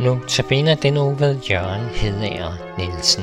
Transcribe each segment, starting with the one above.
Notabene den uge ved Jørgen Hedager Nielsen.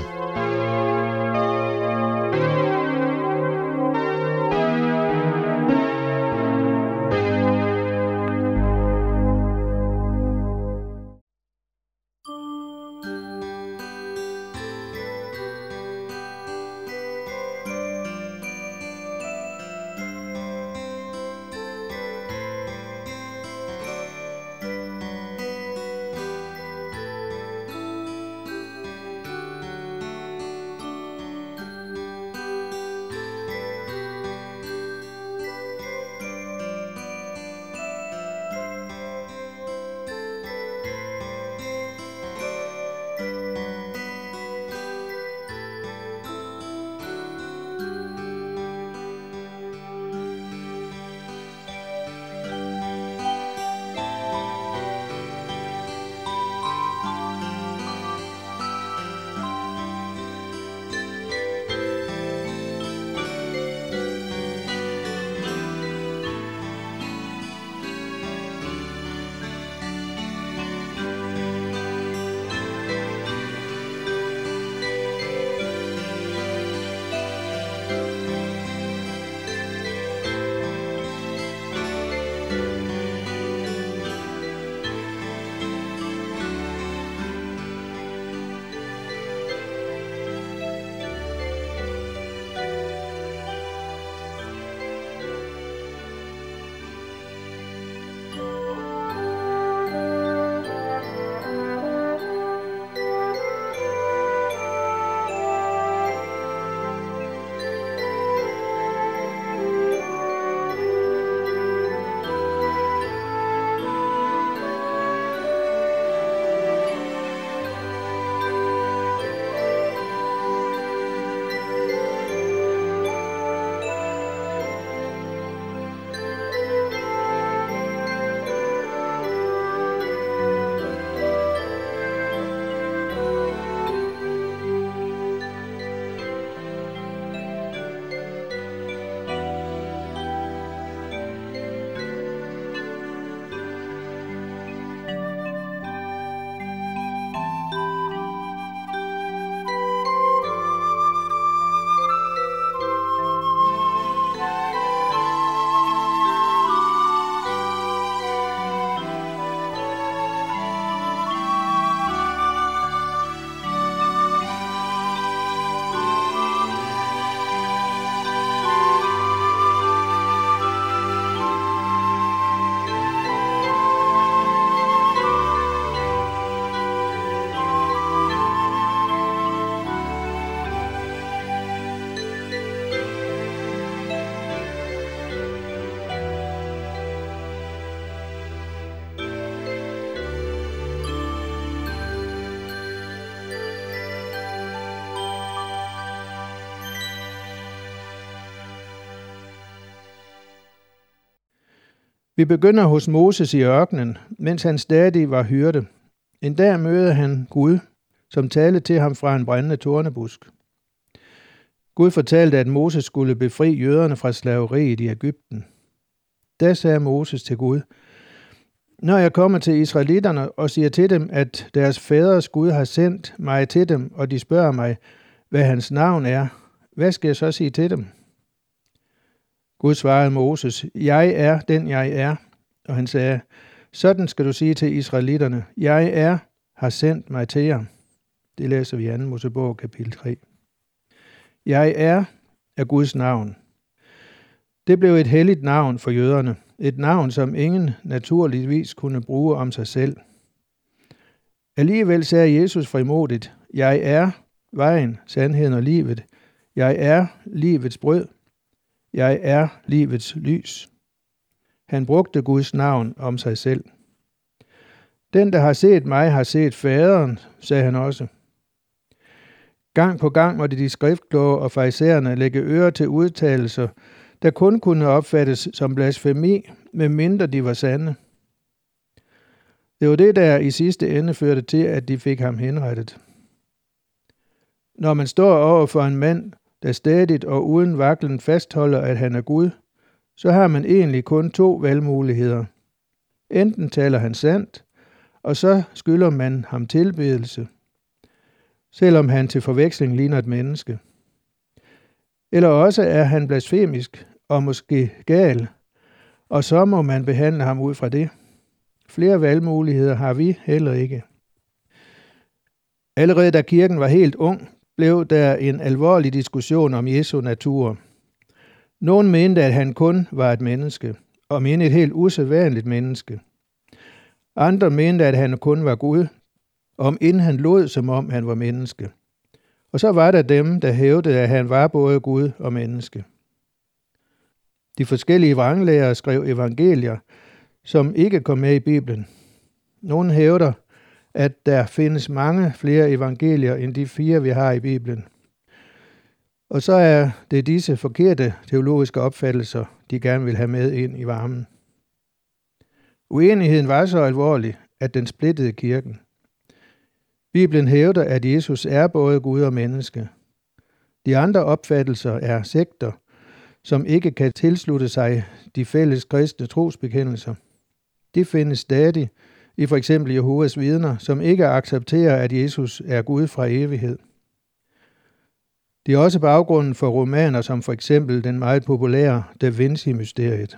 Vi begynder hos Moses i ørkenen, mens han stadig var hyrde. En dag møder han Gud, som talte til ham fra en brændende tornebusk. Gud fortalte, at Moses skulle befri jøderne fra slaveriet i Egypten. Da sagde Moses til Gud: Når jeg kommer til israelitterne og siger til dem, at deres fædres Gud har sendt mig til dem, og de spørger mig, hvad hans navn er, hvad skal jeg så sige til dem? Gud svarede Moses: Jeg er den, jeg er. Og han sagde: Sådan skal du sige til israelitterne: Jeg er, har sendt mig til jer. Det læser vi i 2. Mosebog, kapitel 3. Jeg er Guds navn. Det blev et helligt navn for jøderne. Et navn, som ingen naturligvis kunne bruge om sig selv. Alligevel sagde Jesus frimodigt: Jeg er vejen, sandheden og livet. Jeg er livets brød. Jeg er livets lys. Han brugte Guds navn om sig selv. Den, der har set mig, har set faderen, sagde han også. Gang på gang måtte de skriftkloge og farisæerne lægge øre til udtalelser, der kun kunne opfattes som blasfemi, medmindre de var sande. Det var det, der i sidste ende førte til, at de fik ham henrettet. Når man står over for en mand, der stadigt og uden vaklen fastholder, at han er Gud, så har man egentlig kun 2 valgmuligheder. Enten taler han sandt, og så skylder man ham tilbedelse, selvom han til forveksling ligner et menneske. Eller også er han blasfemisk og måske gal, og så må man behandle ham ud fra det. Flere valgmuligheder har vi heller ikke. Allerede da kirken var helt ung, blev der en alvorlig diskussion om Jesu natur. Nogen mente, at han kun var et menneske, og mente et helt usædvanligt menneske. Andre mente, at han kun var Gud, om inden han lod, som om han var menneske. Og så var der dem, der hævdede, at han var både Gud og menneske. De forskellige vranglærere skrev evangelier, som ikke kom med i Bibelen. Nogle hævder, at der findes mange flere evangelier end de 4, vi har i Bibelen. Og så er det disse forkerte teologiske opfattelser, de gerne vil have med ind i varmen. Uenigheden var så alvorlig, at den splittede kirken. Bibelen hævder, at Jesus er både Gud og menneske. De andre opfattelser er sekter, som ikke kan tilslutte sig de fælles kristne trosbekendelser. De findes stadig i for eksempel Jehovas vidner, som ikke accepterer, at Jesus er Gud fra evighed. Det er også baggrunden for romaner som for eksempel den meget populære Da Vinci-mysteriet.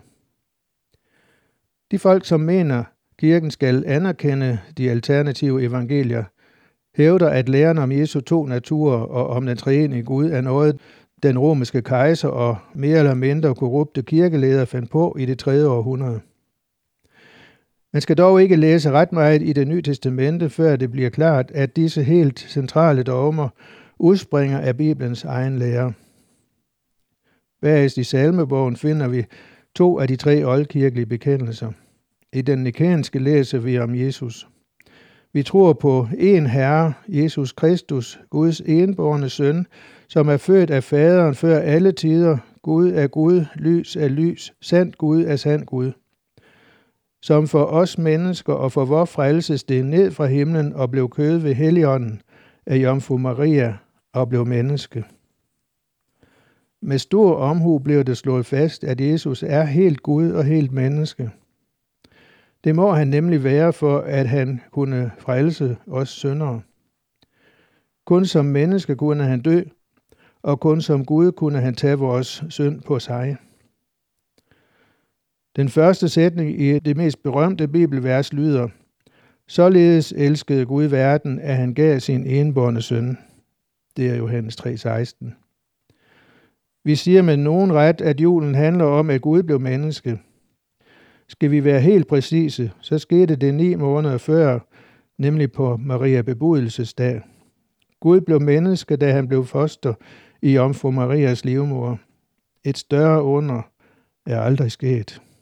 De folk, som mener, kirken skal anerkende de alternative evangelier, hævder, at læren om Jesu 2 naturer og om den treenige Gud er noget, den romerske kejser og mere eller mindre korrupte kirkeledere fandt på i det 3. århundrede. Man skal dog ikke læse ret meget i Det Nye Testamente, før det bliver klart, at disse helt centrale dogmer udspringer af Bibelens egen lære. Bagerst i Salmebogen finder vi 2 af de 3 oldkirkelige bekendelser. I den nikæanske læser vi om Jesus. Vi tror på én Herre, Jesus Kristus, Guds enbårne søn, som er født af faderen før alle tider. Gud er Gud, lys er lys, sandt Gud er sand Gud. Som for os mennesker og for vor frelse steg ned fra himlen og blev kød ved Helligånden af Jomfru Maria og blev menneske. Med stor omhu blev det slået fast, at Jesus er helt Gud og helt menneske. Det må han nemlig være, for at han kunne frelse os syndere. Kun som menneske kunne han dø, og kun som Gud kunne han tage vores synd på sig. Den første sætning i det mest berømte bibelvers lyder: Således elskede Gud verden, at han gav sin enbårne søn. Det er Johannes 3,16. Vi siger med nogen ret, at julen handler om, at Gud blev menneske. Skal vi være helt præcise, så skete det 9 måneder før, nemlig på Maria bebudelsesdag. Gud blev menneske, da han blev foster i Jomfru Marias livmoder. Et større under er aldrig sket.